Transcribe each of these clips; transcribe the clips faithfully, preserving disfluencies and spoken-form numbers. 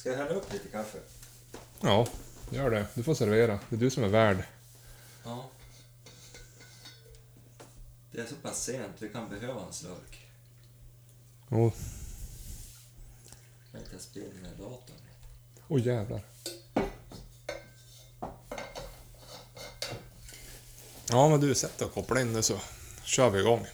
Ska jag hälla upp lite kaffe? Ja, gör det. Du får servera. Det är du som är värd. Ja. Det är så pass sent, vi kan behöva en slurk. Åh, Jag kan inte spela med datorn. oh, jävlar. Ja, men du, sätt dig och koppla in det så kör vi igång.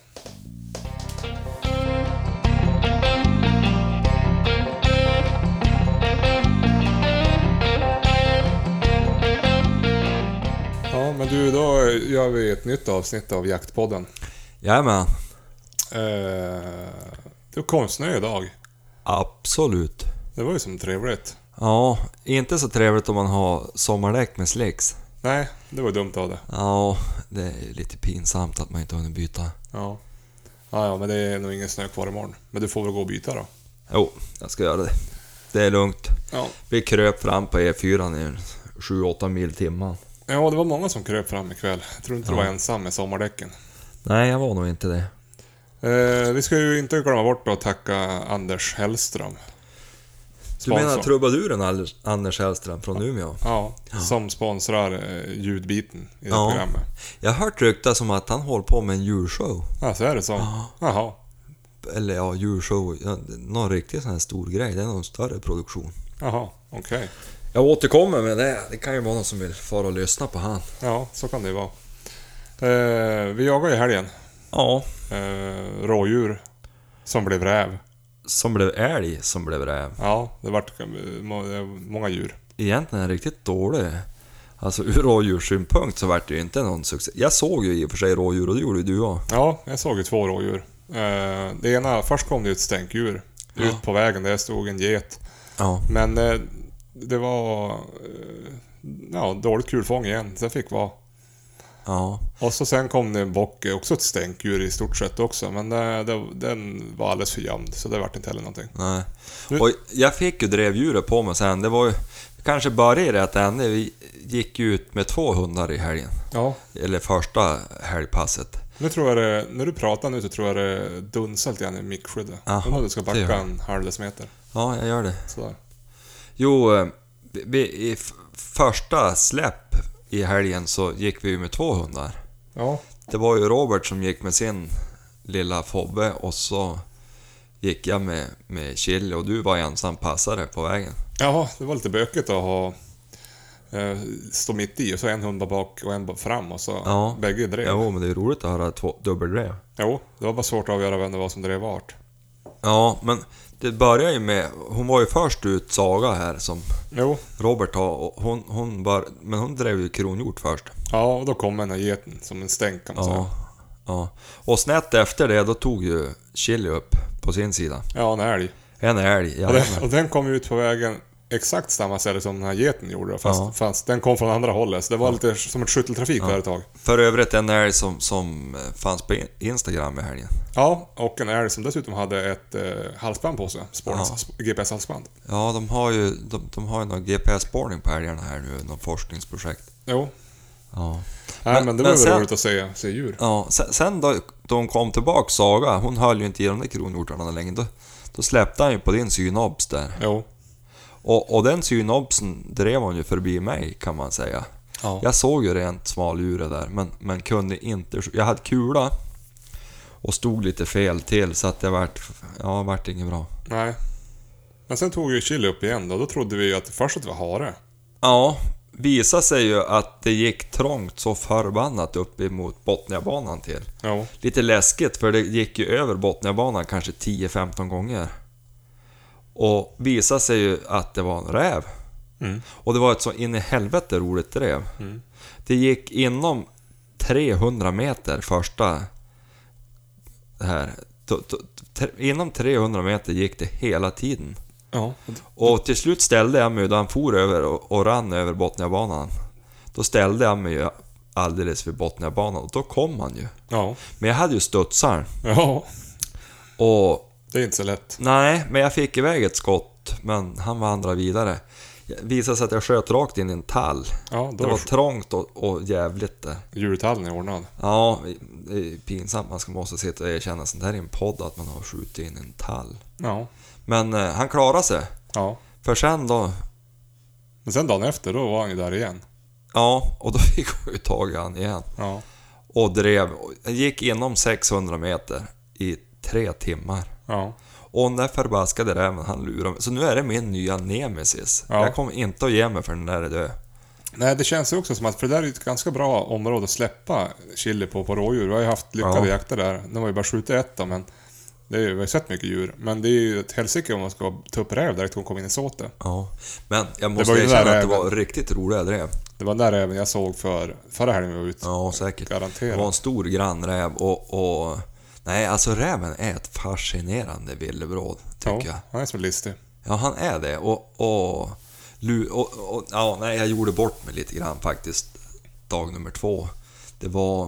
Ja, men du, då gör vi ett nytt avsnitt av Jaktpodden. Jajamän. Eh, det kom snö idag. Absolut. Det var ju som trevligt. Ja, inte så trevligt om man har sommardäck med slicks. Nej, det var dumt av det. Ja, det är lite pinsamt att man inte hunnit byta. Ja. Ja, ja, men det är nog ingen snö kvar imorgon. Men du får väl gå och byta då. Jo, jag ska göra det. Det är lugnt. Ja. Vi kröp fram på E fyra i sju åtta mil i timmen. Ja, det var många som kröp fram ikväll. Jag tror inte Ja. du var ensam med sommardäcken. Nej, jag var nog inte det. Eh, vi ska ju inte glömma bort att tacka Anders Hellström. Du menar Sponsor. trubaduren Anders Hellström från Umeå? Ja, Ja. som sponsrar eh, ljudbiten i det Ja. programmet. Jag har hört ryktas som att han håller på med en djurshow. Ja, så är det så. Ja. Jaha. Eller ja, djurshow. Ja, någon riktigt sån här stor grej. Det är någon större produktion. Jaha, okej. Jag återkommer med det. Det kan ju vara någon som vill fara och lyssna på han. Ja, så kan det ju vara. Eh, vi jagar i helgen. Ja. Eh, rådjur som blev räv. Som blev älg, som blev räv. Ja, det vart eh, må- många djur. Egentligen riktigt dålig. Alltså ur rådjurssynpunkt så vart det ju inte någon succé. Jag såg ju i och för sig rådjur och det gjorde ju du också. Ja, jag såg ju två rådjur. Eh, det ena, först kom det ju ett stänkdjur. Ja. Ut på vägen där stod en get. Ja. Men eh, det var eh, ja, dåligt kulfång igen. Så jag fick vara. Ja. Och så sen kom det en bock, också ett stänkdjur i stort sett också. Men eh, det, den var alldeles för gömd, så det vart inte heller någonting. Nej. Nu- Och jag fick ju drevdjuret på mig sen. Det var ju kanske började i rätt ände. Vi gick ut med två hundar i helgen. Ja, Eller första helgpasset. nu tror jag det, när du pratar nu så tror jag det dunsar lite grann i mickskyddet. Jaha, Om du ska det backa gör det. en halv decimeter. Ja, jag gör det. Sådär. Jo, eh, vi, vi, i f- första släpp i helgen så gick vi ju med två hundar. Ja, Det var ju Robert som gick med sin lilla Fobbe och så gick jag med, med Chili och du var ensam passare på vägen. ja, det var lite bökigt att ha eh, stå mitt i och så en hund bara bak och en bara fram och så Ja. bägge drev. Jo, men det är roligt att höra två dubbeldrev. Jo, det var bara svårt att avgöra vem det var som drev vart. Ja, men det började ju med... Hon var ju först ut, Saga här, som Jo, Robert har. Och hon, hon bara, men hon drev ju kronhjort först. ja, och då kom den här geten som en stänk kan man Ja, säga. ja. Och snett efter det, då tog ju Chili upp på sin sida. Ja, en älg. En älg, Och den, jajamän. och den kom ut på vägen exakt samma ställe som den här geten gjorde. Fast, Ja. fast den kom från andra hållet. Så det var lite som ett skytteltrafik på ett tag. För övrigt en älg som, som fanns på Instagram i helgen. Ja, och en älg som dessutom hade ett eh, halsband på sig. Spårens, Ja. G P S-halsband. Ja, de har ju de, de har ju någon G P S-spårning på älgarna här nu, någon forskningsprojekt. Jo. Ja. Nej, men, Men- det var men väl sen- roligt att se, se djur. Ja, sen, sen då de kom tillbaka, Saga, hon höll ju inte i de där kronhjortarna längre. Då, då släppte han ju på din synobs där. Jo. Och, och den synobsen drev hon ju förbi mig, kan man säga. Ja. Jag såg ju rent smaldjuret där, men, men kunde inte... Jag hade kula och stod lite fel till, så att det vart... Ja, vart inget bra. Nej. Men sen tog ju Chili upp igen då. Då trodde vi ju att först att det var hare. Ja, visade sig ju att det gick trångt så förbannat upp emot Botniabanan till. Jo. Lite läskigt, för det gick ju över Botniabanan kanske tio femton gånger. Och visade sig ju att det var en räv. Mm. Och det var ett så in i helvete roligt drev. Mm. Det gick inom trehundra meter första... Det här. T- t- t- inom trehundra meter gick det hela tiden. Ja. Och till slut ställde jag mig, då han for över och, och rann över Botniabanan. Då ställde jag mig ju alldeles vid Botniabanan och då kom han ju. Ja. Men jag hade ju studsar. Ja. Och Det är inte så lätt. nej, men jag fick iväg ett skott, men han vandrade vidare. Det visade sig att jag sköt rakt in i en tall. Ja, Det då var var trångt och, och jävligt där. djurtallen är ordnad. Ja, det är pinsamt, man ska måste sitta och erkänna sånt här i en podd att man har skjutit in i en tall. Ja. Men eh, han klarade sig. Ja. För sen då... Men sen dagen efter, då var han ju där igen. Ja, och då fick jag ju tag i han igen. Ja. Och drev. Jag gick inom sexhundra meter i tre timmar. Ja. Och den där förbaskade räven, han lurade mig. Så nu är det min nya nemesis. Ja. Jag kommer inte att ge mig för den där är död. Nej, det känns ju också som att, för det där är ett ganska bra område att släppa chili på, på rådjur. Vi har ju haft lyckade Ja. jakter där. Nu var ju bara skjutit ett då, men det är ju, vi har ju sett mycket djur. Men det är ju ett helsike om man ska ta upp räv direkt hon kom in i såtet. Ja, men jag måste var ju erkänna den där att det räven. var riktigt roliga drev. Det var den där räven jag såg för förra helgen vi var ute. Ja, säkert. Garanterat. Det var en stor grannräv och, och... Nej, alltså räven är ett fascinerande villebråd, tycker Ja, jag. han är så listig. Ja, han är det. Och, och, lu- och, och ja, nej, jag gjorde bort mig lite grann faktiskt dag nummer två. Det var...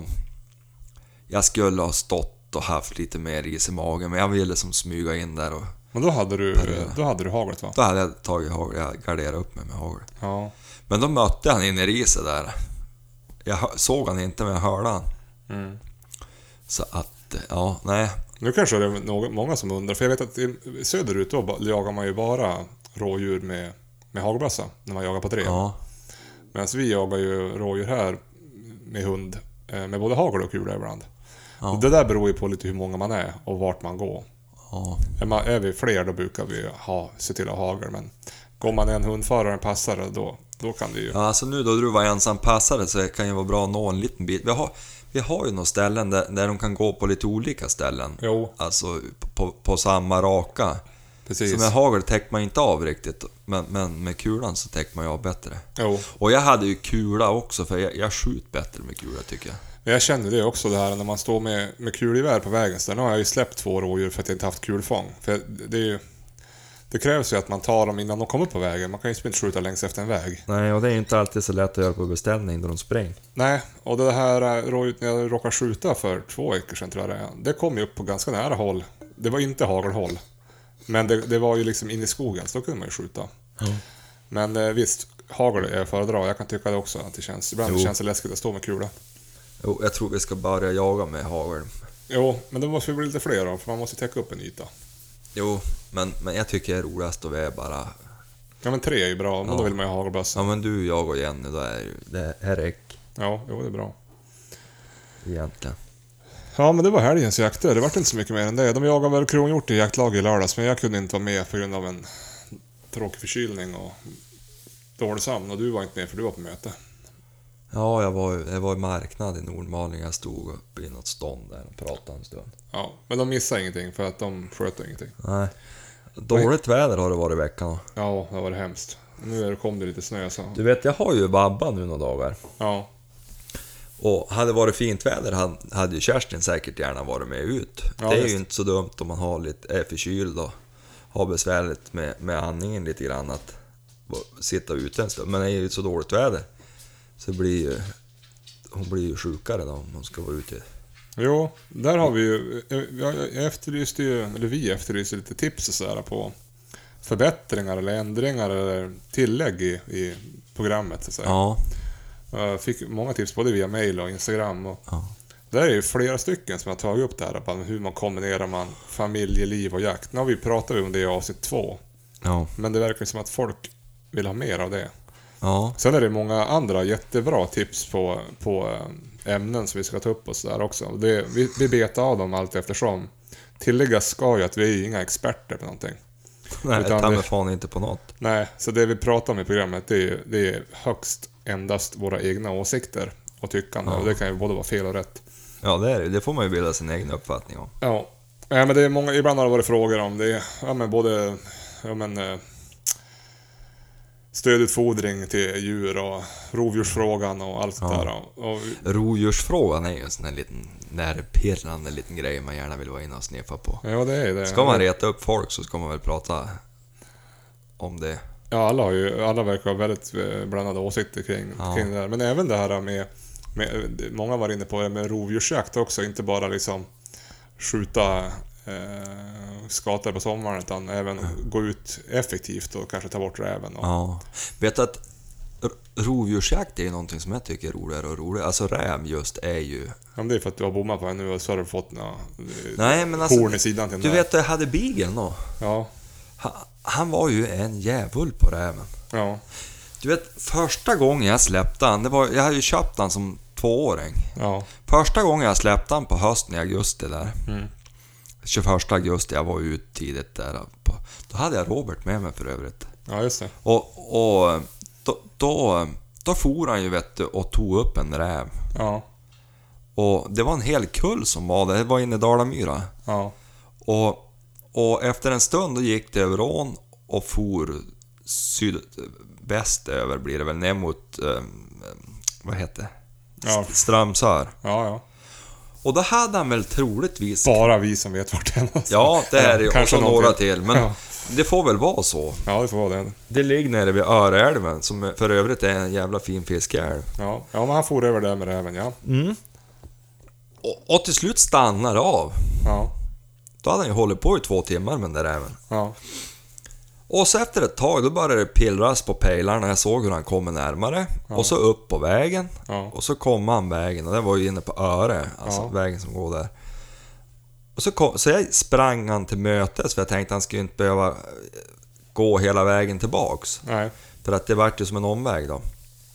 Jag skulle ha stått och haft lite mer is i magen, men jag ville som smyga in där och... Men då hade du, då hade du haglet, va? Då hade jag tagit hagel, jag garderade upp mig med hagel. Ja. Men då mötte han in i riset där. Jag hö- såg han inte, men jag hörde han. Mm. Så att, ja, nej. Nu kanske det är något, många som undrar, för jag vet att i, söderut då ba- jagar man ju bara rådjur med, med hagelbössa när man jagar på drev. Ja, Medan vi jagar ju rådjur här med hund eh, med både hagel och kula ibland. ja, Och det där beror ju på lite hur många man är och vart man går. ja. Är, man, är vi fler då brukar vi ha, se till att ha hagel, men går man en hundförare och en passare då, då kan det ju... Ja, alltså nu då du var ensam passare så kan det vara bra att nå en liten bit. Vi har, vi har ju några ställen där, där de kan gå på lite olika ställen. Jo, Alltså på, på samma raka. precis. Så med hagel täcker man inte av riktigt. Men, men med kulan så täcker man ju av bättre. Jo. Och jag hade ju kula också, för jag, jag skjuter bättre med kula tycker jag. Men jag känner det också, det här när man står med, med kulgevär på vägen. Så nu har jag ju släppt två rådjur för att jag inte haft kulfång. För det är ju... Det krävs ju att man tar dem innan de kommer på vägen. Man kan ju inte skjuta längs efter en väg. Nej, och det är inte alltid så lätt att göra på beställning då de spräng. Nej, och det här rådjuret när jag råkade skjuta för två veckor sedan tror jag det är. Det kom ju upp på ganska nära håll. Det var inte hagelhåll. Men det, det var ju liksom in i skogen, så då kunde man ju skjuta. Mm. Men eh, visst, hagel är jag föredrar. Jag kan tycka det också, att det känns... Ibland Jo. känns det läskigt att stå med kula. Jo, jag tror vi ska börja jaga med hagel. Jo, men det måste ju bli lite fler då, för man måste täcka upp en yta. Jo, men, men jag tycker det är roligast att vi är bara... Ja, men tre är ju bra, men Ja. då vill man ju ha hagelbössa. Ja, men du, jag och Jenny, då är ju... Det här räcker Ja, jo, det är bra. egentligen. Ja, men det var helgens jakter. Det var inte så mycket mer än det. De jagade väl kronhjort i jaktlag i lördags, men jag kunde inte vara med på grund av en tråkig förkylning och dålig sömn. Och du var inte med för du var på möte. Ja, jag var, jag var i marknad i Nordmaling. Jag stod upp i något stånd där och pratade en stund. Ja, men de missade ingenting för att de sköt ingenting. Nej. Dåligt väder har det varit i veckan. Ja, det var det hemskt. Nu är det- kom det lite snö så. Du vet, jag har ju vabba nu några dagar. Ja, Och hade det varit fint väder hade, hade ju Kerstin säkert gärna varit med ut. Ja, det är visst. ju inte så dumt om man har lite, är förkyld och har besvärligt med, med andningen lite grann att bo- sitta ute en stund. Men det är ju så dåligt väder. Så det blir ju, hon blir ju sjukare då om hon ska vara ute. jo, där har vi ju... Jag jag efterlyste ju, eller vi efterlyste lite tips och sådär på förbättringar eller ändringar eller tillägg i, i programmet. Så att säga. Ja, Jag fick många tips både via mail och Instagram. Och ja. där är ju flera stycken som har tagit upp det här. På hur man kombinerar man familjeliv och jakt. Nu har vi pratat om det i avsnitt två. Ja, Men det verkar som att folk vill ha mer av det. ja. Sen är det många andra jättebra tips på, på eh, ämnen som vi ska ta upp och sådär också. Det, vi, vi betar av dem allt eftersom. Tilläggas ska ju att vi är inga experter på någonting. Nej, Utan ta det- mig fan inte på något. Nej, så det vi pratar om i programmet det är, det är högst endast våra egna åsikter och tyckande. Ja. Och det kan ju både vara fel och rätt. Ja, det är det. Det får man ju bilda sin egen uppfattning om. Ja, ja men det är många, ibland har det varit frågor om det. Ja, men både ja, men, eh, stödutfodring till djur och rovdjursfrågan och allt sånt Ja. där. Och, och, Rovdjursfrågan är ju en sån här liten nervpirrande liten grej man gärna vill vara inne och sniffa på. ja, det är det. Ska man reta upp folk så ska man väl prata om det. Ja, alla, har ju, alla verkar ha väldigt eh, blandade åsikter kring, Ja. kring det där. Men även det här med, med många var inne på det med rovdjursjakt också. Inte bara liksom skjuta eh, skator på sommaren utan även gå ut effektivt och kanske ta bort räven. Och, Ja. Vet du att r- rovdjursjakt är ju någonting som jag tycker är roligare och roligare. Alltså räv just är ju... ja, men det är för att du har bommat på en nu och så har du fått några eh, Nej, men alltså... horn i sidan till den Du där. vet, jag hade bigeln då. Ja, Ha- han var ju en djävul på räven. Ja. Du vet, första gången jag släppte han, det var, jag hade ju köpt han som tvååring. Ja. Första gången jag släppte han på hösten i augusti där. Mm. tjugoförsta augusti, jag var ut tidigt där. På, då hade jag Robert med mig för övrigt. Ja, just det. Och, och då, då, då for han ju vet du, och tog upp en räv. Ja. Och det var en hel kull som var där, det var inne i Dalamyra. Ja. Och, och efter en stund då gick det över ån och for sydväst över blir det väl ner mot, eh, vad heter det? Ja. Strömsör. Ja, ja. Och då hade han väl troligtvis... Bara vi som vet vart det är. Ja, det är det. Ja, Och så några till. Men ja. det får väl vara så. Ja, det får vara det. Det ligger nere vid Öreälven, som för övrigt är en jävla fin fiskälv. Ja, ja men han for över där med räven, ja. Mm. Och, och till slut stannar av. Ja. Då hade han ju hållit på i två timmar med den där räven. Ja. Och så efter ett tag, då började det pillras på pejlarna. Jag såg hur han kommer närmare. Ja. Och så upp på vägen. Ja. Och så kom han vägen. Och det var ju inne på Öre. Alltså Ja. vägen som går där. Och så, kom, så jag sprang han till mötes. För jag tänkte att han skulle inte behöva gå hela vägen tillbaks. Nej. För att det vart ju som en omväg då.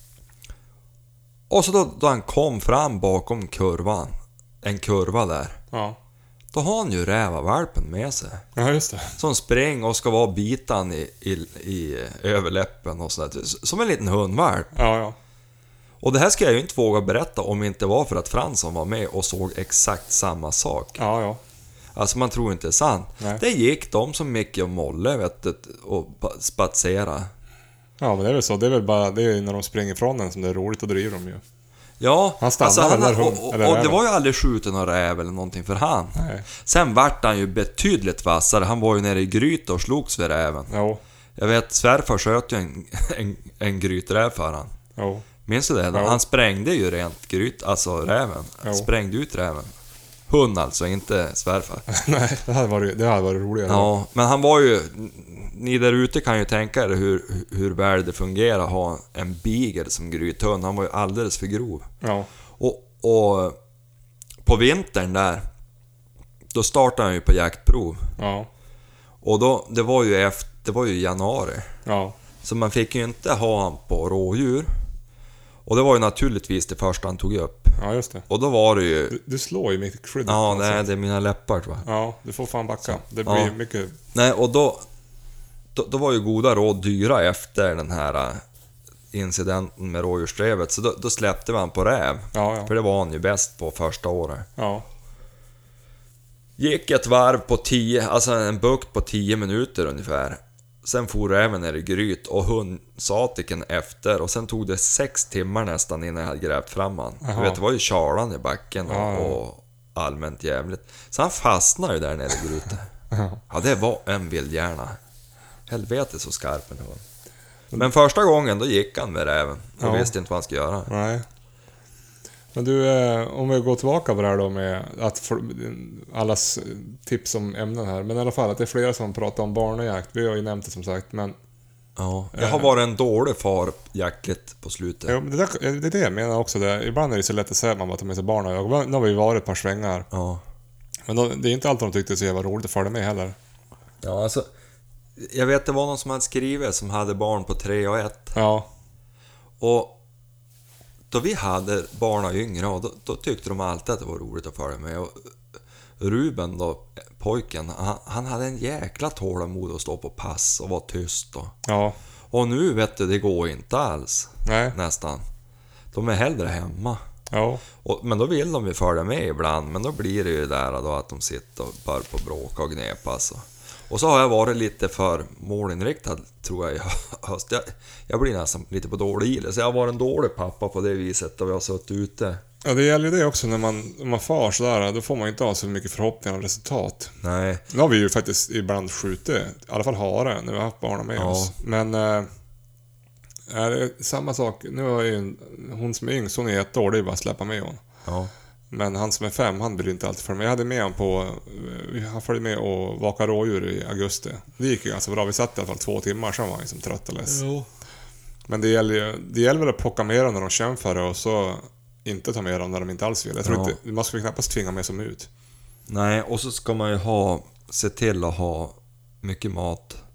Och så då, då han kom fram bakom kurvan. En kurva där. Ja. Då har han ju rävavalpen med sig. Ja, just det. Som spring och ska vara bitan i, i, i överläppen och sådär. Som en liten hundvalp. Ja, ja. Och det här ska jag ju inte våga berätta om det inte var för att Fransson var med och såg exakt samma sak. Ja, ja. Alltså man tror inte det är sant. Nej. Det gick de som Micke och Molle vet du, och spatsera. Ja, men det är väl så. Det är väl bara det är när de springer ifrån den som det är roligt att driva dem ju. Ja, Han stannar väl där, och, hund- och, eller och det räven. var ju aldrig skjuten någon räv eller någonting för han. Nej. Sen vart han ju betydligt vassare. Han var ju nere i gryt och slogs vid räven. Jo. Jag vet, svärfar sköt ju en, en, en gryträv för han. Jo. Minns du det? Ja. Han sprängde ju rent gryt, alltså räven. Ja. Sprängde ut räven. Hund alltså, inte svärfar. Nej, det hade varit, det hade varit roligare. Ja, men han var ju... Ni där ute kan ju tänka er hur, hur väl det fungerar att ha en beagle som grythund. Han var ju alldeles för grov. Ja. Och, och på vintern där, då startade han ju på jaktprov. Ja. Och då, det var ju efter, det var ju i januari. Ja. Så man fick ju inte ha han på rådjur. Och det var ju naturligtvis det första han tog upp. Ja, just det. Och då var det ju... Du, du slår ju mitt skydd. Ja, på något nej, sätt. det är mina läppar tror jag. Ja, du får fan backa. Det blir Ja. mycket... Nej, och då, då... Då var ju goda råd dyra efter den här äh, incidenten med rådjursdrevet. Så då, då släppte man på räv. Ja, ja. För det var han ju bäst på första året. Ja. Gick ett varv på tio, alltså en bukt på tio minuter ungefär. Sen for räven ner i gryt och hundsatiken efter. Och sen tog det sex timmar nästan innan jag hade grävt fram han. Du vet, det var ju charlan i backen och, Ja, ja. och allmänt jävligt. Så han fastnade ju där nere i grytet. Ja, det var en vildhjärna. Helvete så skarp det var. Men första gången då gick han med räven. Och Ja. visste inte vad han skulle göra. Nej. Men du, eh, om vi går tillbaka på det här då med att för, allas tips om ämnen här. Men i alla fall att det är flera som pratar om barnjakt. Vi har ju nämnt det som sagt, men... Ja, jag har varit en dålig far jackligt på slutet. Ja, men det, där, det är det jag menar också. Det. Ibland är det så lätt att säga att man bara tar med sig barn. Och nu har vi varit ett par svängar. Ja. Men då, det är inte alltid de tyckte det så jävla roligt att följa med heller. Ja, alltså... Jag vet, det var någon som hade skrivit som hade barn på tre och ett. Ja. Och då vi hade barn och yngre, och då, då tyckte de alltid att det var roligt att följa med. Och Ruben då, pojken, han, han hade en jäkla tålamod att stå på pass och vara tyst. Och, Ja. och nu vet du, det går inte alls. Nej. Nästan. De är hellre hemma. Ja. Och, men då vill de ju följa med ibland. Men då blir det ju där då att de sitter och börjar på bråka och gnepa alltså. Och så har jag varit lite för målinriktad, tror jag, i höst. Jag, jag blir nästan lite på dålig il. Så jag har varit en dålig pappa på det viset, och vi har suttit ute. Ja, det gäller ju det också när man, när man far sådär. Då får man inte ha så mycket förhoppningar om resultat. Nej, Nu har vi ju faktiskt ibland skjutit, i alla fall hare, när vi har haft barnen med Ja. oss. Men äh, är det samma sak. Nu har ju en, hon som är yngst, hon är ett år, det är bara att släppa med hon. ja, Men han som är fem, han vill inte alltid följa med. Jag hade med honom på, han följde med och vaka rådjur i augusti. Det gick ju ganska bra, vi satt i alla fall två timmar, sen var han liksom trött och less. jo. Men det gäller ju, det gäller väl att plocka med dem när de kämpar och så inte ta med dem när de inte alls vill. Jag tror Ja. inte, man ska knappast tvinga med som ut. Nej, och så ska man ju ha, se till att ha mycket mat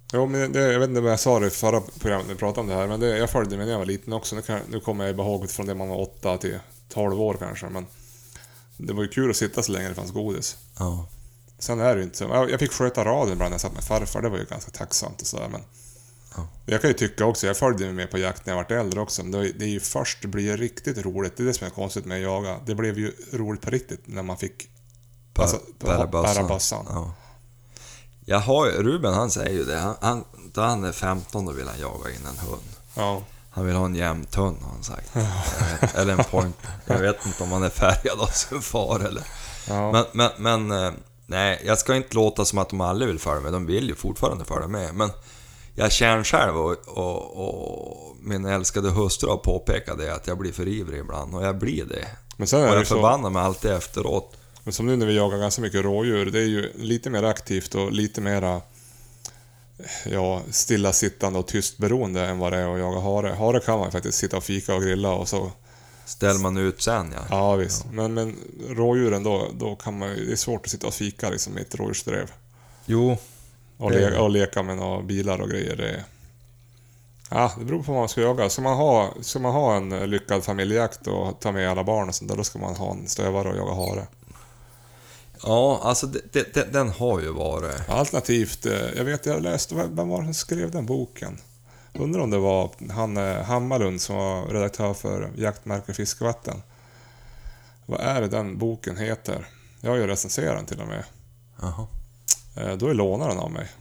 Jo, men det, jag vet inte vad jag sa det i förra programmet när vi pratade om det här, men det, jag följde med när jag var liten också. Nu, kan, nu kommer jag bara ihåg från det man var åtta till tolv år kanske, men det var ju kul att sitta så länge det fanns godis. Ja. Sen är det ju inte så. Jag fick sköta radion ibland när jag satt med farfar, det var ju ganska tacksamt och sådär, men Ja. jag kan ju tycka också, jag följde med på jakt när jag var äldre också, men det, det är ju först det blir riktigt roligt, det är det som är konstigt med att jaga. Det blev ju roligt på riktigt när man fick alltså, Bära bössan. bössan. Ja. Jag har, Ruben han säger ju det, han, han, då han är femton då vill han jaga in en hund. Ja. Han vill ha en jämnt hund har han sagt. Vet, eller en point. Jag vet inte om han är färgad av sin far eller. Ja. Men, men, men nej, jag ska inte låta som att de aldrig vill följa med. De vill ju fortfarande följa med. Men jag känner själv och, och, och min älskade hustru har påpekat det att jag blir för ivrig ibland. Och jag blir det. Men sen är och det jag ju så, förbannar mig alltid efteråt. men som nu när vi jagar ganska mycket rådjur, det är ju lite mer aktivt och lite mera ja, stillasittande och tyst beroende än vad det är att jaga hare. Hare kan man faktiskt sitta och fika och grilla och så. Ställer man ut sen, ja. Ja, visst. Men, men rådjuren då, då kan man ju, det är svårt att sitta och fika liksom i ett rådjursdrev. Jo. Och, Det är le, det. och leka med några bilar och grejer. Det är... Ja, det beror på vad man ska jaga. Ska man ha, ska man ha en lyckad familjejakt och ta med alla barn och sånt där, då ska man ha en stövare och jaga hare. Ja, alltså det, det, det, den har ju varit... Alternativt, eh, jag vet, jag läste, vem var det som skrev den boken? Undrar om det var han eh, Hammarlund som var redaktör för Jaktmärke Fiskevatten. Vad är det den boken heter? Jag har ju recenserat den till och med. Jaha. Eh, då är lånaren av mig.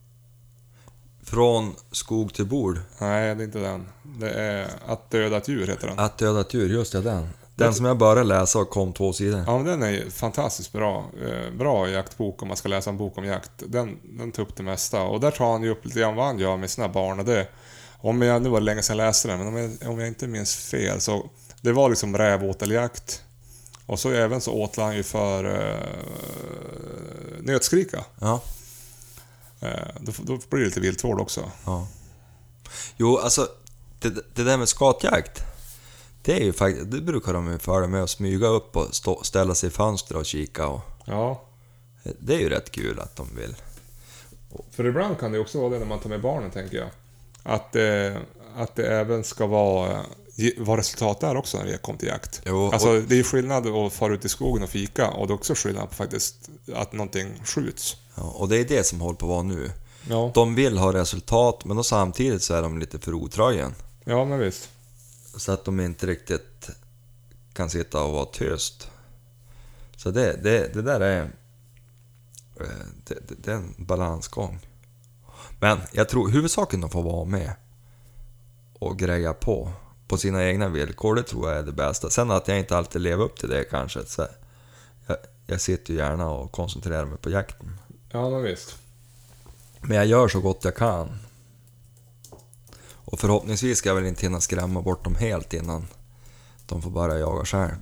Från skog till bord. Nej, det är inte den. Det är Att döda ett djur heter den. Att döda ett djur, just det, den. Den som jag började läsa och kom två sidor. Ja, men den är fantastiskt bra. Eh, bra jaktbok om man ska läsa en bok om jakt. Den, den tar upp det mesta. Och där tar han ju upp lite grann vad han gör med sina barn. Och det, om jag, nu var det länge sedan jag läste den, men om jag, om jag inte minns fel så det var liksom rävåteljakt. Och så även så åtlade han ju för eh, nötskrika. Ja. Eh, då, då blir det lite viltvård också. Ja. Jo, alltså det, det där med skatjakt, det är ju faktiskt, det brukar de ju föra med att smyga upp och stå, ställa sig i fönster och kika och Ja. det är ju rätt kul att de vill. För ibland kan det också vara det när man tar med barnen, tänker jag. Att, eh, att det även ska vara, ge- vara resultat där också när det kommer till jakt. Jo, och- Alltså det är skillnad att fara ut i skogen och fika, och det är också skillnad på faktiskt att någonting skjuts. Ja, och det är det som håller på att vara nu. Ja, De vill ha resultat, men då samtidigt så är de lite för otröjen. ja men visst. Så att de inte riktigt kan sitta och vara tyst. Så det, det, det där är eh, det, det, det är en balansgång. Men jag tror huvudsaken att få vara med och greja på på sina egna villkor, det tror jag är det bästa. Sen att jag inte alltid lever upp till det kanske, så jag, jag sitter ju gärna och koncentrerar mig på jakten. Ja, men visst. Men jag gör så gott jag kan. Och förhoppningsvis ska jag väl inte hinna skrämma bort dem helt innan de får börja jaga själv.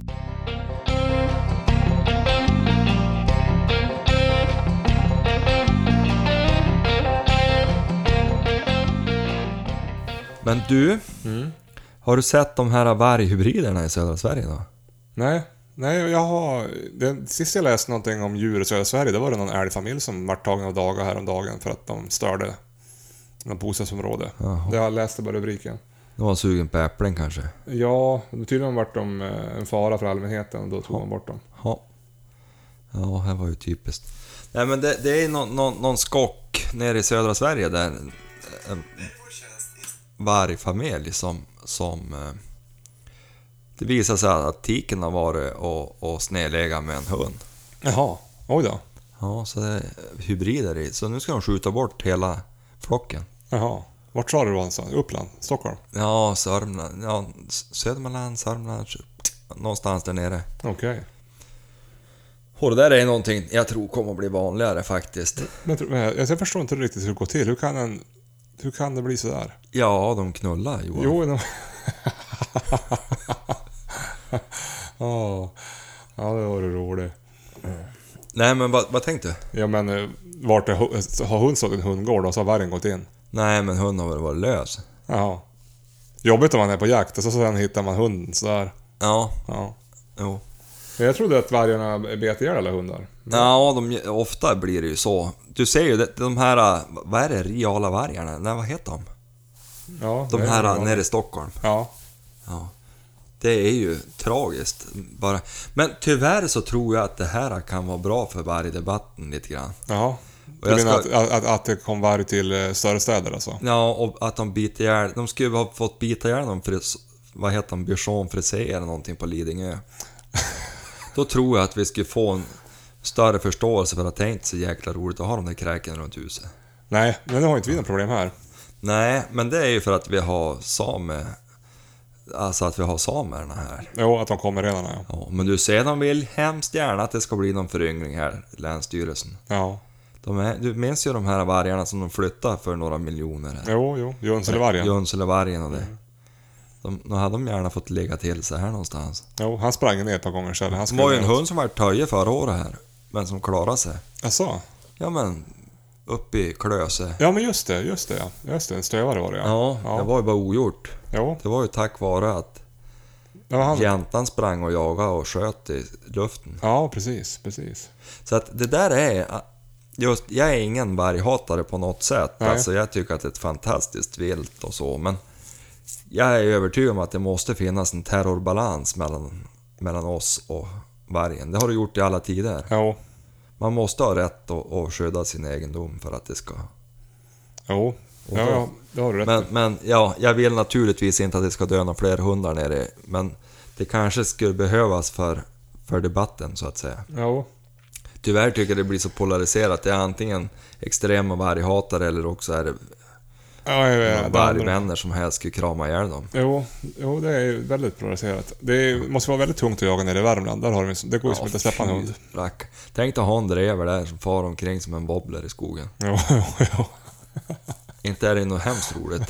Men du, Mm. har du sett de här varghybriderna i södra Sverige då? Nej, nej, jag har... Det sist jag läste någonting om djur i södra Sverige, det var det någon älgfamilj som vart tagen av dagar häromdagen för att de störde något bostadsområde. Jaha. Det jag läste bara rubriken. De var sugen på äpplen kanske? Ja, tydligen vart de eh, en fara för allmänheten och då tog man bort dem. Ja. Ja, det var ju typiskt. Nej, men det, det är någon, någon, någon skock nere i södra Sverige där en vargfamilj som, som eh, det visar sig att tiken har varit och, och snedlägga med en hund. Jaha, oj då. Ja, så det är hybrider i. Så nu ska de skjuta bort hela flocken. Jaha. Vart sa du då någonstans? Uppland? Stockholm? Ja, Sörmland, ja, Södermanland, Sörmland, någonstans där nere. Okej. Och det där är någonting jag tror kommer att bli vanligare faktiskt. Men tro- men jag, jag förstår inte riktigt hur det går till. Hur kan, en, hur kan det bli så där? Ja, de knullar, Johan. Jo, de... oh. Ja, det var det roligt. Nej, men vad, vad tänkte du? Ja, men eh, vart det, hu- har hund stått i en hundgård och så har vargen gått in? Nej, men hunden har väl varit lös. Jaha. Jobbigt om man är på jakt och så sen hittar man hunden sådär. Ja, Ja. jo. Jag trodde att vargarna bet ihjäl alla hundar. Ja, de, ofta blir det ju så. Du ser ju det, de här, vad är det, reala vargarna? Nej, vad heter de? Ja, De det är här det. nere i Stockholm. Ja. Ja. Det är ju tragiskt bara. Men tyvärr så tror jag att det här kan vara bra för vargdebatten lite grann. Jaha. Och Du jag menar ska- att, att, att det kom varg till eh, större städer alltså? Ja, och att de biter ihjäl. De skulle ha fått bita ihjäl dem för vad heter de, Bichon Frisé eller någonting på Lidingö. Då tror jag att vi skulle få en större förståelse för att det är inte så jäkla roligt att ha de där kräken runt huset. Nej, men nu har inte vi några problem här. Nej, men det är ju för att vi har same, alltså att vi har samerna här. Jo, att de kommer redan, ja. Ja, men du ser, de vill hemskt gärna att det ska bli någon föryngring här, Länsstyrelsen. Ja. De är, du minns ju de här vargarna som de flyttade för några miljoner här. Jo, jo. Junselevargen. Junselevargen och det. De, då hade de gärna fått lägga till sig här någonstans. Jo, han sprang ner ett par gånger själv. Han Det var ju en skulle- hund som var töje förra året här, men som klarade sig. Jaså? Ja, men uppe i Klöse. Ja, men just det, just det, ja. Just det, en stövare var det, ja. Ja, det var ju bara ogjort. Jo. Det var ju tack vare att Ja, han... jäntan sprang och jagade och sköt i luften. ja, precis, precis. Så att det där är... Just, jag är ingen varghatare på något sätt. Nej. Alltså jag tycker att det är ett fantastiskt vilt och så, men jag är övertygad om att det måste finnas en terrorbalans mellan, mellan oss och vargen. Det har det gjort i alla tider. Jo. Man måste ha rätt att, att skydda sin egendom för att det ska... Jo. Ja, ja, det har du rätt. Men, men ja, jag vill naturligtvis inte att det ska dö några fler hundar nere, men det kanske skulle behövas för, för debatten så att säga. Jo. Tyvärr tycker jag det blir så polariserat. Det är antingen extrema varghatare eller också är det Ja, jag vet. det andra- vargvänner som helst skulle krama ihjäl dem. Jo, jo, det är ju väldigt polariserat. Det är, måste vara väldigt tungt att jaga nere i Värmland. Där har de, det går ju som inte att släppa en hund. fy, rack. Tänk dig att ha en drever där som far omkring som en wobbler i skogen. Jo, jo, jo. Inte är det något hemskt roligt.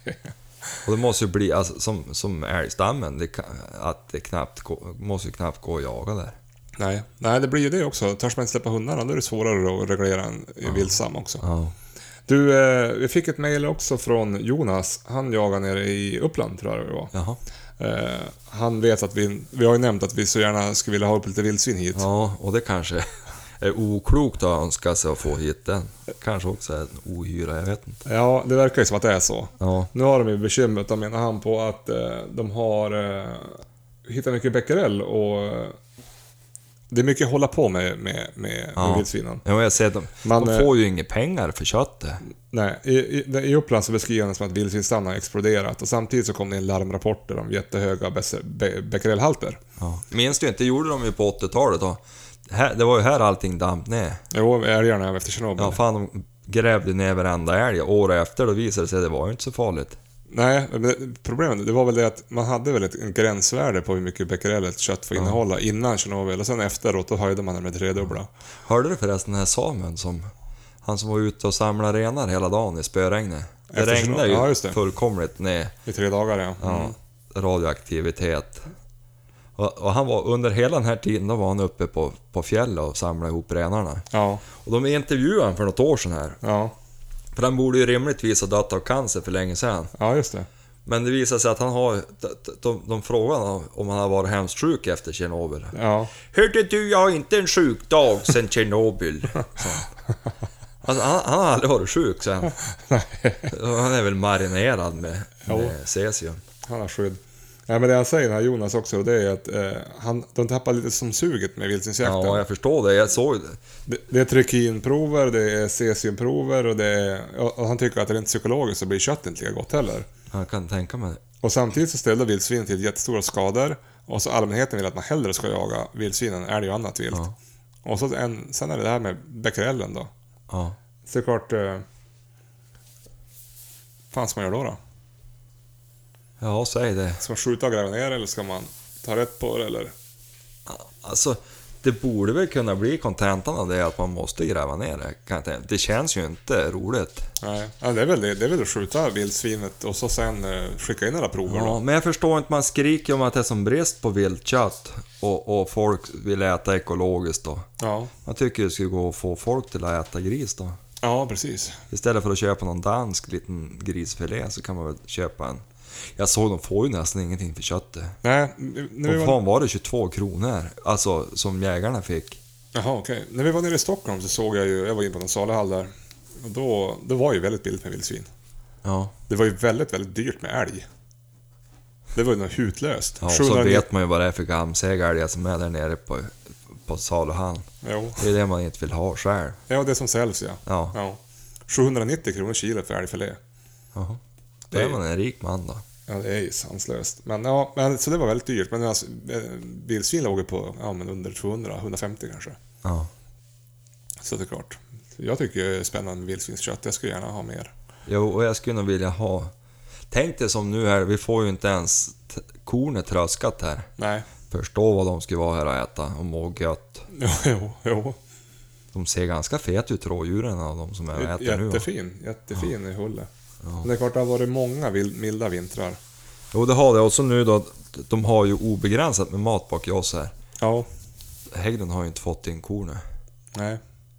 Och det måste ju bli, alltså, som, som älgstammen, det kan, att det knappt gå, måste ju knappt gå att jaga där. Nej, nej, det blir ju det också. Törs man inte släppa hundarna, då är det svårare att reglera en ja. vildsam också. Ja. Du, eh, vi fick ett mejl också från Jonas. Han jagar nere i Uppland, tror jag det var. Jaha. Eh, han vet att vi, vi har ju nämnt att vi så gärna skulle vilja ha upp lite vildsvin hit. Ja, och det kanske är oklokt att önska sig att få hit den. Kanske också är en ohyra, jag vet inte. Ja, det verkar ju som att det är så. Ja. Nu har de ju bekymret, då menar han på att eh, de har eh, hittat mycket becquerel och eh, det är mycket att hålla på med, med, med, Ja. med vildsvinen. Ja, jag ser dem. Man, De får ju inga pengar för köttet. Nej, i, i, i Uppland så beskriver han det som att vildsvinsstammen har exploderat och samtidigt så kom det in larmrapporter om jättehöga be- be- becquerelhalter. Ja. Minns du inte, det gjorde de ju på åttiotalet då. Här, det var ju här allting damp ner. Jo, älgarna efter Tjernobyl. Ja, fan, de grävde ner varenda älg. År efter, då visade det sig att det var ju inte så farligt. Nej, men det- problemet det var väl det att man hade väl ett en gränsvärde på hur mycket becquerel ett kött får innehålla innan Tjernobyl och sen efteråt då höjde man det med tredubbla. Hörde du förresten den här samen som... Han som var ute och samlade renar hela dagen i spöregnet. Det Efter regnade ju ja, just det. fullkomligt ner. I tre dagar, ja. Ja, Mm. radioaktivitet. Och, och han var, under hela den här tiden då var han uppe på, på fjället och samlade ihop renarna. Ja, Och de intervjuade han för något år sedan här. ja, För han borde ju rimligtvis ha dött av cancer för länge sedan. ja, just det. Men det visade sig att han har... De, de, de frågade honom om han har varit hemskt sjuk efter Tjernobyl. Ja, Hörde du, jag har inte en sjukdag sen Tjernobyl. Så. Alltså, han, han har aldrig varit sjuk sen. Han är väl marinerad med, med cesium. han har skydd. Nej, men det han säger, den här Jonas också, det är att eh, han, de tappar lite som suget med vildsvinsjakten. Ja, jag förstår det. Jag såg det. Det, det är trikinprover, det är cesiumprover och, det är, och han tycker att rent psykologiskt så blir kött inte lika gott heller. Jag kan tänka mig det. Och samtidigt så ställer vildsvin till jättestora skador och så allmänheten vill att man hellre ska jaga vildsvinen, är det ju annat vilt. Ja. Och så en, sen är det det här med becquerelen då. Ja. Så det är klart... Eh, fan ska man göra då då? Ja, säg det. Ska man skjuta och gräva ner eller ska man ta rätt på det eller? Alltså, det borde väl kunna bli kontentan av det att man måste gräva ner det. Kan jag tänka. Det känns ju inte roligt. Nej, ja, det är väl det. Det är väl att skjuta vildsvinet och så sen eh, skicka in alla prover Ja, då. men jag förstår inte, man skriker om att det är som brist på viltkött och, och folk vill äta ekologiskt då. Ja, Man tycker det skulle gå att få folk till att äta gris då. ja precis. Istället för att köpa någon dansk liten grisfilé så kan man väl köpa en Jag såg de får ju nästan ingenting för köttet. Nej, när vi Och var... fan var det tjugotvå kronor, alltså som jägarna fick. Jaha, okej. Okay. När vi var nere i Stockholm så såg jag ju, jag var in på någon saluhall där. Och då, det var ju väldigt billigt med vildsvin. Ja. Det var ju väldigt, väldigt dyrt med älg. Det var ju något hutlöst. Ja, så vet man ju vad det är för gamsägare som är där nere på, på saluhallen. Jo. Det är det man inte vill ha själv. Ja, det som säljs, ja. Ja. ja. sjuhundranittio kronor kilo för älgfilé. Jaha. Då är man en rik man då. Ja, det är ju sanslöst. Men ja, men, så det var väldigt dyrt. Men alltså, vildsvin låg ju på ja, men under tvåhundra, hundrafemtio kanske. Ja. Så det är klart. Jag tycker det är spännande med vildsvinskött. Jag skulle gärna ha mer. Jo, och jag skulle nog vilja ha... Tänk dig som nu här, vi får ju inte ens t- kornet tröskat här. Nej. Förstå vad de skulle vara här och äta och må gött. Jo, jo, jo. De ser ganska fet ut, rådjuren av de som är och äter nu. Jättefin, jättefin ja. i hulle. Ja. Men det är klart det har varit många milda vintrar. Jo, det har det. Och så nu då, de har ju obegränsat med mat bak i oss här. Ja. Häggen har ju inte fått in kornet. Nej.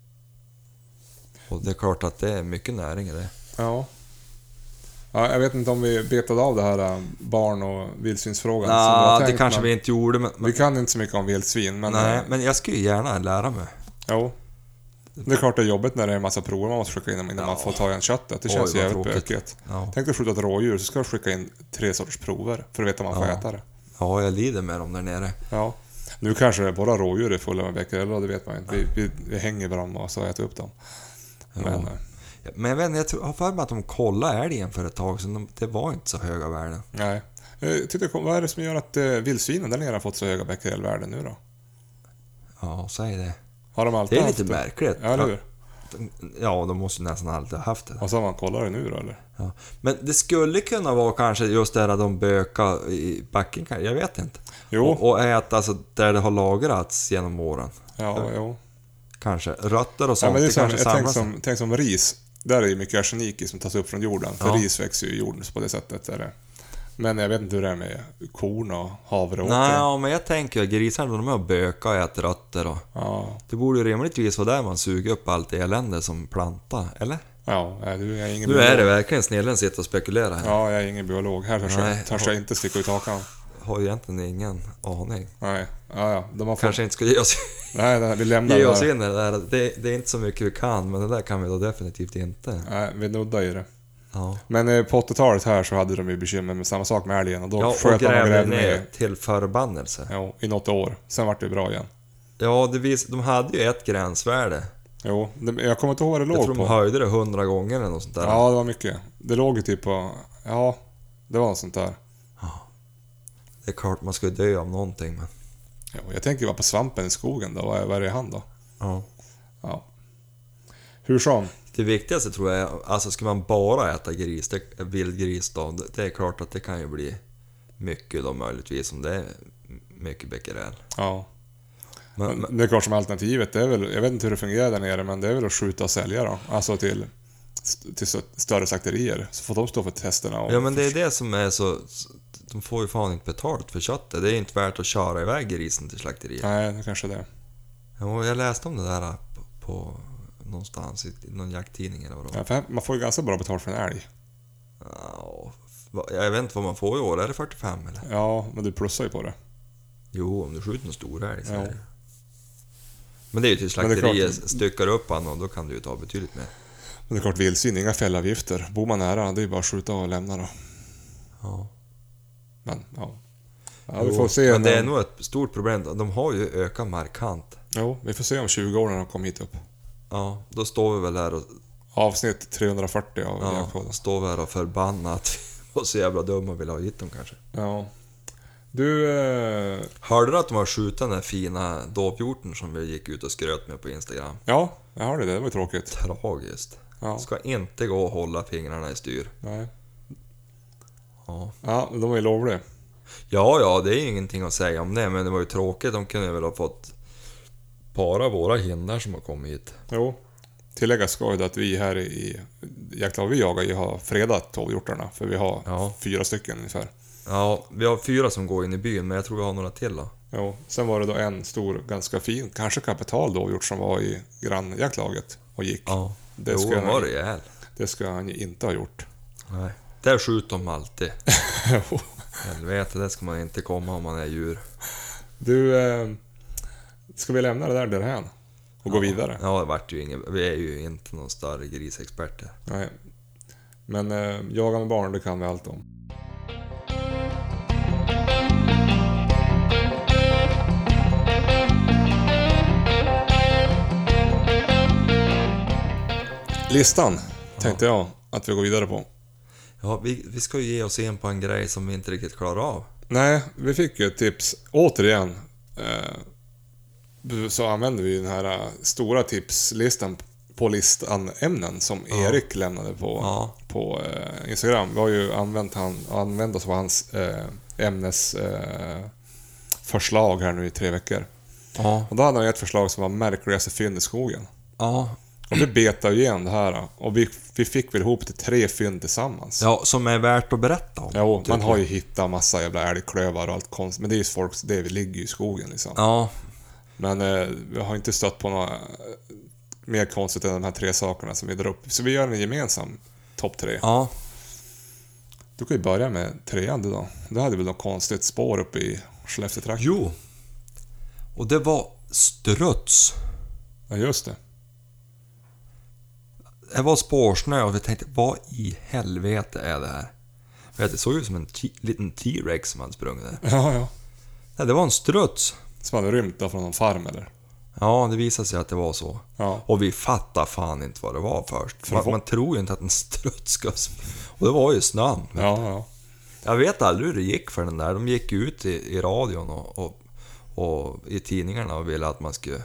Och det är klart att det är mycket näring i det. Ja. Ja, jag vet inte om vi betade av det här barn- och vildsvinsfrågan. Ja, det tänkt, kanske men vi inte gjorde. Men, vi kan inte så mycket om vildsvin. Men, nej, men jag skulle gärna lära mig. Jo. Det är klart det är jobbigt när det är en massa prover man måste skicka in innan ja. man får ta igen köttet. Det känns Oj, jävligt bökigt. Ja. Tänk dig skjuta ett rådjur så ska du skicka in tre sorters prover för att veta om man får ja. äta det. Ja, jag lider med dem där nere. Ja. Nu kanske bara rådjur är fulla med becquerel, det vet man inte. Vi, vi, vi hänger med dem och så äter upp dem. Men, ja. Men jag vet inte, jag tror, har för mig att de kollade älgen för ett tag sedan. Det var inte så höga värden. Nej. Titta, vad är det som gör att vildsvinen där nere har fått så höga becquerelvärden nu då? Ja, säg det. Har de alltid det är lite haft det? märkligt. Ja, eller hur? Ja, de måste nästan alltid ha haft det. Och så har man kollat det nu då, eller? Ja. Men det skulle kunna vara kanske just det att de bökar i backen, jag vet inte. Jo. Och, och äta alltså, där det har lagrats genom åren. Ja, jo. Kanske. Rötter och Ja, sånt, men det är det som, kanske jag tänk samlas. som, tänk som ris. Där är ju mycket arsenik i som tas upp från jorden. För Ja. ris växer ju i jorden på det sättet. Är det. Men jag vet inte hur det är med korn och havre och Nej, ja, men jag tänker att grisarna de är böka och äter rötter och ja. det borde ju rimligtvis vara där man suger upp allt elände som planta, eller? Ja, du är ingen Nu biolog. är det verkligen snillen sitter och spekulerar här. Ja, jag är ingen biolog. Här törs jag, Nej. törs jag inte sticka ut hakan. Har ju egentligen ingen aning. Nej, ja, ja. De har fått... Kanske inte ska ge oss, Nej, det, vi lämnar ge det oss där. in i det där. Det, det är inte så mycket vi kan, men det där kan vi då definitivt inte. Nej, vi nuddar i det. Ja, Men eh, på åttiotalet här så hade de ju bekymmer med samma sak med älgen. Och då ja och sköt de och grävde grävde ner ner. till förbannelse. Jo, i något år. Sen vart det bra igen. Ja, det vis, de hade ju ett gränsvärde. Jo, det, jag kommer inte ihåg vad det låg Jag tror på. de höjde det hundra gånger eller något sånt där. Ja, det var mycket. Det låg ju typ på... Ja, det var något sånt där. Det är klart man ska dö av någonting, men... Jo, jag tänker bara på svampen i skogen då. Vad är, vad är det i han då? Ja. Ja. Hur som? Det viktigaste tror jag är, alltså ska man bara äta gris, det, vildgris då, det, det är klart att det kan ju bli mycket då möjligtvis om det är mycket becquerel. Ja. Men, Men men, det är klart som alternativet, det är väl... Jag vet inte hur det fungerar där nere, men det är väl att skjuta och sälja då. Alltså till, till större slakterier. Så får de stå för testerna. Och ja, men det är det som är så... De får ju fan inte betalt för köttet. Det är inte värt att köra iväg grisen till slakteriet. Nej, det kanske det. Ja, jag läste om det där på, på någonstans i någon jakttidning eller vad det var. Ja, för man får ju ganska bra betalt för en älg. Ja, jag vet inte vad man får i år. Är det fyrtiofem eller? Ja, men du plussar ju på det. Jo, om du skjuter en stor älg så Ja. är det. Men det är ju till Men det är slakteriet, klart- styckar upp han och då kan du ju ta betydligt mer. Men det är klart, vildsvin, inga fällavgifter. Bor man nära, det är ju bara att skjuta och lämna då. Ja. Men, ja. Ja, vi Jo, får se. men det är när- nog ett stort problem. De har ju ökat markant. Jo, vi får se om tjugo år när de kommer hit upp. Ja, då står vi väl här och, Avsnitt trehundrafyrtio av ja, Jaktpodden. står vi här och förbannar att vi var så jävla dumma och vill ha hit dem kanske. Ja. Du... Eh, Hörde du att de har skjutit den där fina dovhjorten som vi gick ut och skröt med på Instagram? ja, jag hörde det. Det var ju tråkigt. Tragiskt. Ja. Ska inte gå och hålla fingrarna i styr. Nej. Ja. Ja, de var ju lovliga. ja, ja, det är ju ingenting att säga om det, men det var ju tråkigt. De kunde väl ha fått para våra hindar som har kommit hit. Jo. Tilläggas ska ju att vi här i jaktlag vi jagar ju har fredat dovhjortarna. För vi har Ja. fyra stycken ungefär. Ja, vi har fyra som går in i byn, men jag tror vi har några till då. Jo. Sen var det då en stor, ganska fin, kanske kapital dovhjort som var i grannjaktlaget och gick. Ja, Det jo, ska han han- var rejäl. Det ska han ju inte ha gjort. Nej. Där skjuter de alltid. Helvete, det ska man inte komma om man är djur. Du, eh, ska vi lämna det där därhän och ja. gå vidare? Ja, det vart ju inget. Vi är ju inte någon större grisexperter. Nej. Men eh, jaga med barn, det kan vi allt om. Listan tänkte jag att vi går vidare på. Ja, vi, vi ska ju ge oss in på en grej som vi inte riktigt klarar av. Nej, vi fick ju ett tips. Återigen eh, så använder vi den här stora tipslistan på listan ämnen som ja. Erik lämnade på, ja. på eh, Instagram. Vi har ju använt, han, använt oss av hans eh, ämnes eh, förslag här nu i tre veckor. Ja. Och då hade han ett förslag som var märkligaste fynd i skogen. Ja. Och vi betade igen det här. Och vi, vi fick väl ihop till tre fynd tillsammans. Ja, som är värt att berätta om. Jo, man har ju hittat massa jävla älgklövar och allt konst. Men det är ju folk, det vi ligger ju i skogen liksom. Ja. Men eh, vi har inte stött på något mer konstigt än de här tre sakerna som vi drar upp. Så vi gör en gemensam topp tre. Ja. Du kan ju börja med trean du då. Du hade väl något konstigt spår uppe i Skellefteå-trakten? Jo. Och det var struts. Ja, just det. Det var spårsnö och vi tänkte, vad i helvete är det här? Vet, det såg ut som en t- liten T-Rex som hade sprungit där. Ja, ja. Nej, det var en struts. Som hade rymt då från någon farm eller? Ja, det visade sig att det var så. Ja. Och vi fattade fan inte vad det var först. För Man, vad- man tror ju inte att en struts ska... Och det var ju snön. Ja, ja. Jag vet aldrig hur det gick för den där. De gick ut i, i radion och, och, och i tidningarna och ville att man skulle...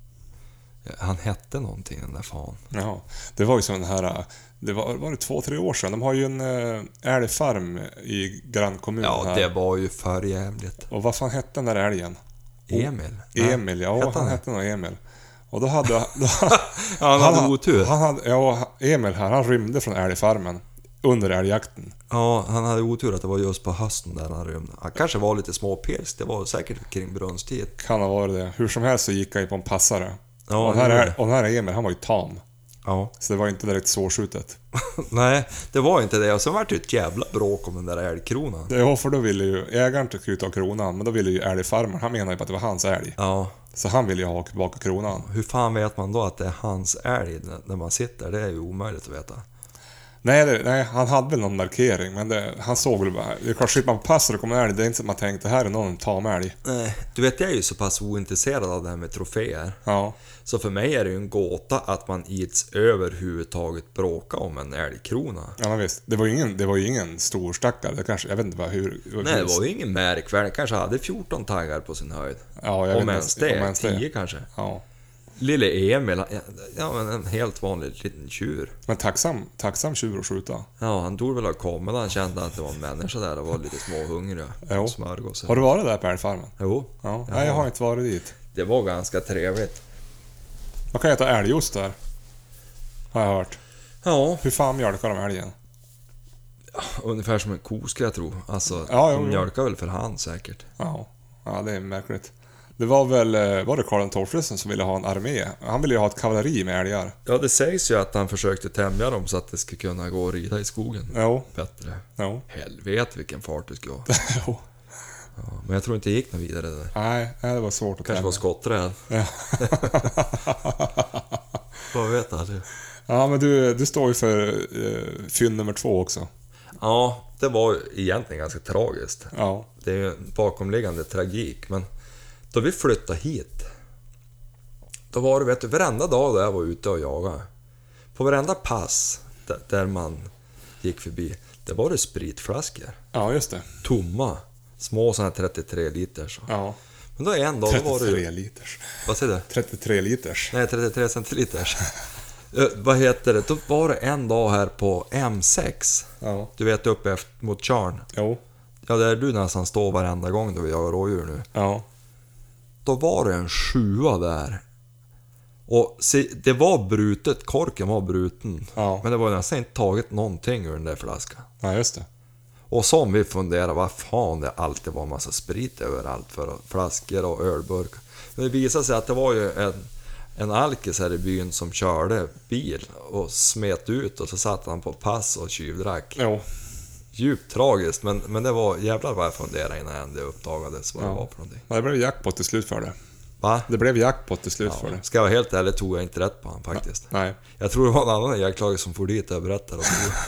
Han hette någonting, den där fan. Ja, det var ju sån här... Det var, var det två, tre år sedan. De har ju en äh, älgfarm i grannkommunen Ja, här. det var ju för jävligt. Och vad fan hette den där älgen? Emil? Emil, ja, Hette han, han det? hette nog Emil. Och då hade... Då, Ja, han hade otur. Han hade, ja, Emil här, han rymde från älgfarmen under älgjakten. Ja, han hade otur att det var just på hösten där han rymde. Han kanske var lite småpils. Det var säkert kring brunsttid. Kan ha varit det. Hur som helst så gick han ju på en passare. Ja, och, den här, det var är- och den här Emil, han var ju tam. Ja. Så det var inte direkt svårskjutet. Nej, det var inte det. Och sen var det ett jävla bråk om den där älgkronan. Ja, för då ville ju ägaren skulle ta kronan, men då ville ju älgfarmaren, han menade ju på att det var hans älg. Ja. Så han ville ju ha tillbaka kronan. Hur fan vet man då att det är hans älg när man sitter? Det är ju omöjligt att veta. Nej, det, nej, han hade väl någon markering, men det, han såg väl bara... Det är klart, skit man på pass och det kommer en älg, det är inte som man tänkte, här är någon tamälg. Nej, du vet, jag är ju så pass ointresserad av det här med troféer. Ja, Så för mig är det ju en gåta att man ids överhuvudtaget bråka om en älgkrona. ja men visst. Det var ju ingen, det var ju ingen stor stackare. Det kanske, jag vet inte bara hur... hur Nej, det var ju ingen märkvärd. Kanske hade fjorton taggar på sin höjd. Ja, jag Om vet ens inte, det, om ens det. tio kanske. Ja. Lille Emil, han- ja men en helt vanlig liten tjur. Men tacksam, tacksam tjur att skjuta. Ja, han tog väl ha kommit. Han kände att det var en människa där och var lite småhungriga. Jo. Smörgås. Har du varit där på älgfarmen? Jo, Ja. Ja. Nej, jag har inte varit dit. det var ganska trevligt. Man kan äta älgost där. Har jag hört. Ja, Hur fan mjölkar de älgen? ungefär som en ko ska jag tro. Alltså, Ja, jo, de jo. mjölkar väl för hand säkert. Ja. Ja, det är märkligt. Det var väl, eh, var det Karl den tolfte som ville ha en armé? Han ville ju ha ett kavalleri med älgar. Ja, det sägs ju att han försökte tämja dem så att det skulle kunna gå och rida i skogen Jo, bättre. jo. Helvete vilken fart det skulle ha. Jo. Ja, men jag tror inte det gick något vidare där. Nej, nej, det var svårt att Kanske var skottträd. Ja. Vad vet aldrig. Ja, men du, du står ju för eh, fynd nummer två också. Ja, det var ju egentligen ganska tragiskt. Ja. Det är ju en bakomliggande tragik, men då vi flyttade hit, då var det, vet du, varenda dag där jag var ute och jagade, på varenda pass där, där man gick förbi, det var det spritflaskor. Ja, just det. Tomma, små sådana här trettiotre liters. Ja. Men då en dag, då var det trettiotre ju, liters. vad säger du? trettiotre liters. Nej, trettiotre centiliters. Eh, vad heter det? Då var det en dag här på M sex. Ja. Du vet, upp efter, mot Tjörn. Jo. Ja, där du nästan står varenda gång då vi jagar rådjur nu. Ja. Då var det en sjua där. Och se, det var brutet, korken var bruten. Ja. Men det var nästan inte taget någonting ur den där flaskan. Ja, just det. Och som vi funderade, vad fan det alltid var en massa sprit överallt för flaskor och ölburkar. Men det visade sig att det var ju en, en alkis här i byn som körde bil och smet ut och så satt han på pass och tjuvdrack. Jo. djupt tragiskt, men, men det var jävlar vad jag funderade innan det uppdagades vad Ja. det var för någonting. Men det blev jackpot till slut för det. Va? Det blev jackpot till slut för Ja, det. ska jag vara helt ärlig tog jag inte rätt på han faktiskt. Nej. Jag tror det var en annan jaktlag som får dit och berättade.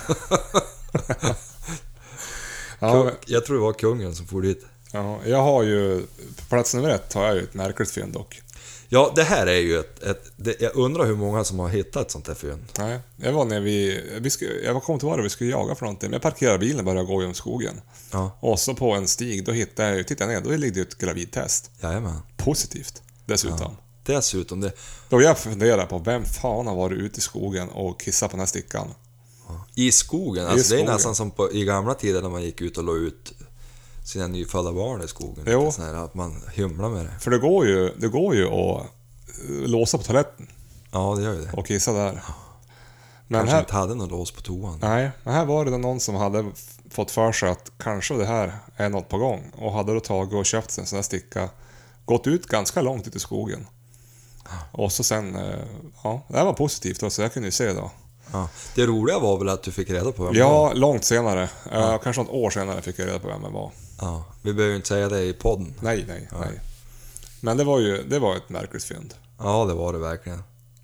Ja, Jag tror det var kungen som får dit. ja, jag har ju... På plats nummer ett har jag ju ett märkligt fynd dock. Ja, det här är ju ett... ett det, jag undrar hur många som har hittat ett sånt här fynd. Nej, jag var när vi... vi skulle, jag kom till var vi skulle jaga för någonting. Men jag parkerade bilen och började gå genom skogen. Ja, Och så på en stig, då hittade jag... Tittade jag ner, då ligger det ett gravidtest. jajamän. Positivt, dessutom. Ja. Dessutom det... Då jag funderar på vem fan har varit ute i skogen och kissat på den här stickan. I skogen, I alltså det skogen. är nästan som på, i gamla tider när man gick ut och låg ut sina nyfödda barn i skogen. Jo. Lite sån här, att man hymlar med det. För det går ju, det går ju att eh, låsa på toaletten Ja, det gör ju det. och kissa där. Men Kanske här, inte hade någon lås på toan. nej, men här var det någon som hade f- fått för sig att kanske det här är något på gång. Och hade då tagit och köpt en sån här sticka. Gått ut ganska långt ut i skogen. Och så sen, eh, ja, det här var positivt då, så jag kunde ju se då. Ja. Det roliga var väl att du fick reda på vem det var. Ja, långt senare. Eh, kanske något år senare fick jag reda på vem det var. Ja. Vi behöver ju inte säga det i podden. Nej, nej, Ja. nej. Men det var ju, det var ett märkligt fynd. Ja, det var det verkligen.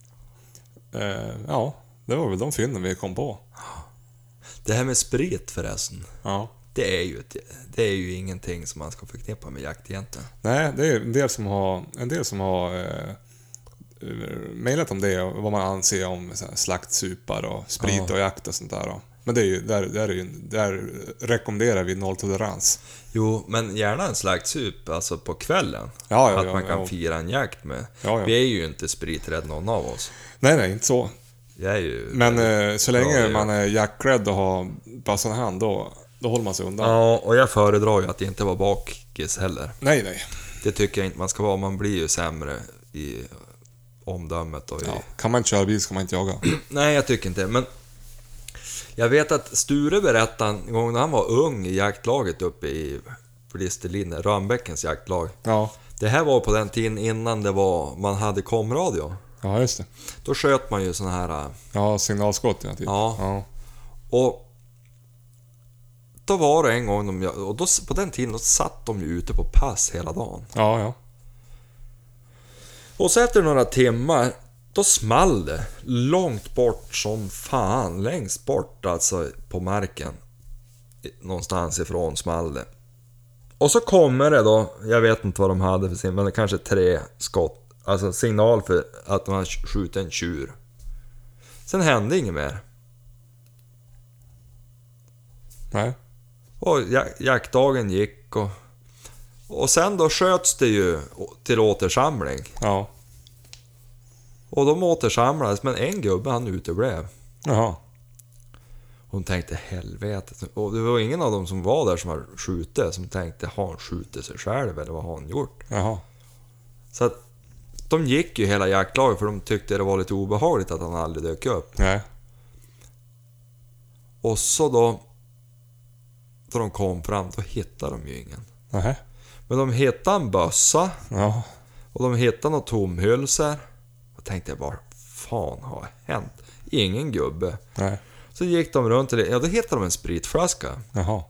Eh, ja, det var väl de fynden vi kom på. Det här med sprit förresten. Ja. Det är ju, ett, det är ju ingenting som man ska förknippa med jakt egentligen. Nej, det är en del som har, en del som har eh, mejlat om det och vad man anser om så här, slaktsupar och sprit Ja. och jakt och sånt där. Då. Men det är ju, där, där, är ju, där rekommenderar vi nolltolerans. Jo, men gärna en slaktsup, alltså på kvällen. Ja, ja, att ja, man kan ja. fira en jakt med. Ja, ja. Vi är ju inte spriträdd någon av oss. Nej, nej, inte så. Jag är ju... Men eh, så bra, länge det är- man är jakträdd och har bössan i hand, då, då håller man sig undan. Ja, och jag föredrar ju att inte vara bakis heller. Nej, nej. Det tycker jag inte man ska vara. Man blir ju sämre i omdömet och i... Ja. Kan man inte köra bil ska man inte jaga. Nej, jag tycker inte. Men jag vet att Sture berättade en gång när han var ung i jaktlaget uppe i Blisterlinne, Rönnbäckens jaktlag. Ja, Det här var på den tiden innan det var, man hade komradio. ja just det. Då sköt man ju såna här... Ja, signalskott ja, typ. Ja. Ja. Och då var det en gång de, och då, på den tiden då satt de ju ute på pass hela dagen. Ja, ja. Och så efter några timmar, då small det långt bort som fan, längst bort alltså på marken. Någonstans ifrån small det. Och så kommer det då, jag vet inte vad de hade för sin, men kanske tre skott. Alltså signal för att man skjuter en tjur. Sen hände inget mer. Nej. Och jak- jaktdagen gick och... Och sen då sköts det ju till återsamling. Ja. Och de återsamlades, men en gubbe han uteblev. Jaha. Hon tänkte helvete. Och det var ingen av dem som var där som har skjutit som tänkte, har han skjutit sig själv eller vad har han gjort? Jaha. Så att de gick ju hela jaktlaget för de tyckte det var lite obehagligt att han aldrig dök upp. Nej. Och så då, då de kom fram, då hittade de ju ingen. Nej. Men de hittade en bössa Ja. och de hittade några tomhylsor. Och tänkte jag bara, fan har hänt? Ingen gubbe. Nej. Så gick de runt till det. Ja, då hittade de en spritflaska. Jaha.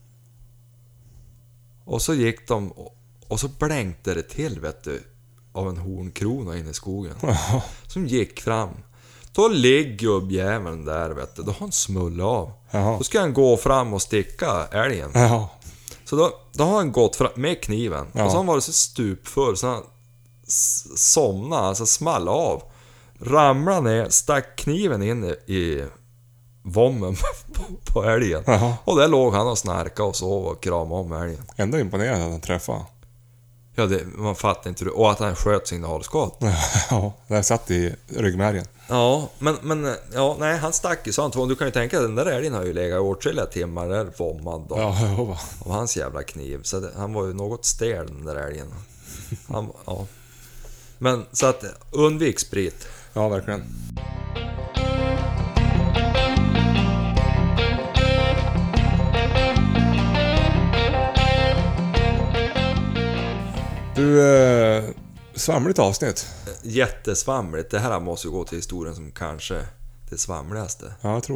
Och så gick de och, och så blänkte det till, vet du, av en hornkrona in i skogen. Jaha. Som gick fram. Då ligger gubbjäveln där, vet du. Då har han smullat av. Jaha. Då ska han gå fram och sticka älgen. Ja. Så då, då har han gått fram med kniven. Ja. Och så har han varit så stupfull så han s- somnade, alltså small av. Ramlade ner, stack kniven in i, i vommen på, på älgen. Jaha. Och där låg han och snarkade och sov och kramade om älgen. Ändå imponerande att han träffade. Ja, det, man fattar inte det. Och att han sköt signalskott. Ja, det satt i ryggmärgen. Ja, men, men ja, nej, han stack ju sånt. Du kan ju tänka att den där älgen har ju legat åtskilliga timmar där vommad då, Ja, jag va. av hans jävla kniv. Så det, han var ju något stel den där älgen. Han, ja. Men så att undvik sprit. Ja, verkligen. Du, eh, svamligt avsnitt. Jättesvamligt. Det här måste ju gå till historien som kanske det svamligaste. Ja, jag tror det.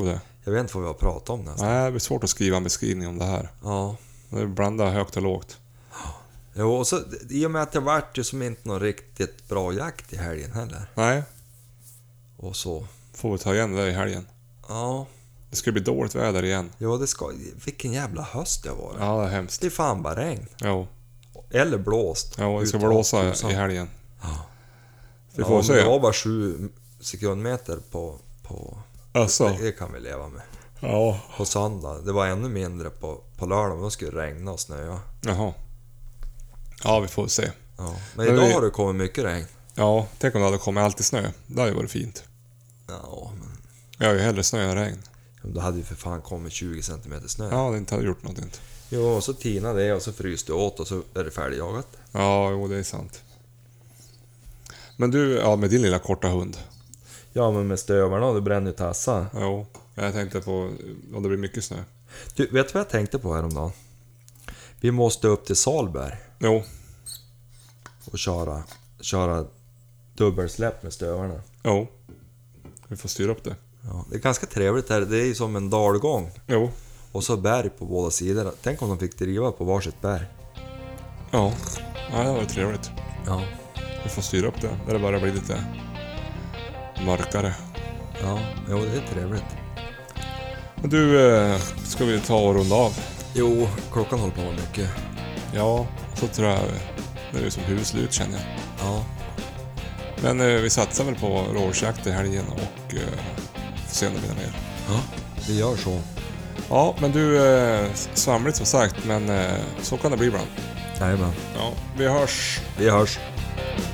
Jag vet inte vad vi har pratat om nästan. Nej, det blir svårt att skriva en beskrivning om det här. Ja. Det blandar högt och lågt. Jo, och så i och med att det vart ju som inte någon riktigt bra jakt i helgen heller. Nej, Och så. får vi ta igen det i helgen. Ja. Det ska bli dåligt väder igen. Jo, det ska... Vilken jävla höst det har varit. Ja, det är hemskt. Det är fan bara regn. Jo, Eller blåst. ja, det ska Utav blåsa tusan. i helgen. Ja. Vi får Ja, se. Det var bara sju sekundmeter på... på Alltså. det, det kan vi leva med. Ja. På söndag. Det var ännu mindre på, på lördag, men då skulle det regna och snöa. Jaha. Ja, vi får se. Ja. Men, Men idag vi- har det kommit mycket regn. Ja, tänk om det hade kommit alltid snö. Det hade ju varit fint. Ja, men Jag har ju hellre snö än regn. då hade ju för fan kommit tjugo centimeter snö. Ja, det inte hade gjort något inte. Jo, och så tina det och så fryste det åt och så är det färdigjagat. Ja, jo, det är sant. Men du, ja, med din lilla korta hund. Ja, men med stövarna, det bränner ju tassa. Jo, jag tänkte på om det blir mycket snö. Du, vet du vad jag tänkte på häromdagen? Vi måste upp till Salberg Jo, och köra, köra dubbelsläpp med stövarna. jo. Vi får styra upp det. Ja, det är ganska trevligt här. Det är ju som en dalgång. Jo, Och så berg på båda sidorna. Tänk om de fick driva på varsitt berg. ja. Ja, det var trevligt. Ja. Vi får styra upp det. När det börjar bli lite mörkare. Ja, jo, det är trevligt. Men du, eh, ska vi ta och runda av? Jo, klockan håller på med mycket. Ja, så tror jag det är ju som huvudslut känner jag. Ja. Men eh, vi satsar väl på rådjursjakt i helgen och eh, får se om det blir mer. Ja, vi gör så. Ja, men du, eh, svamligt som sagt, men eh, så kan det bli ibland. Jajamän. Ja, vi hörs. Vi hörs.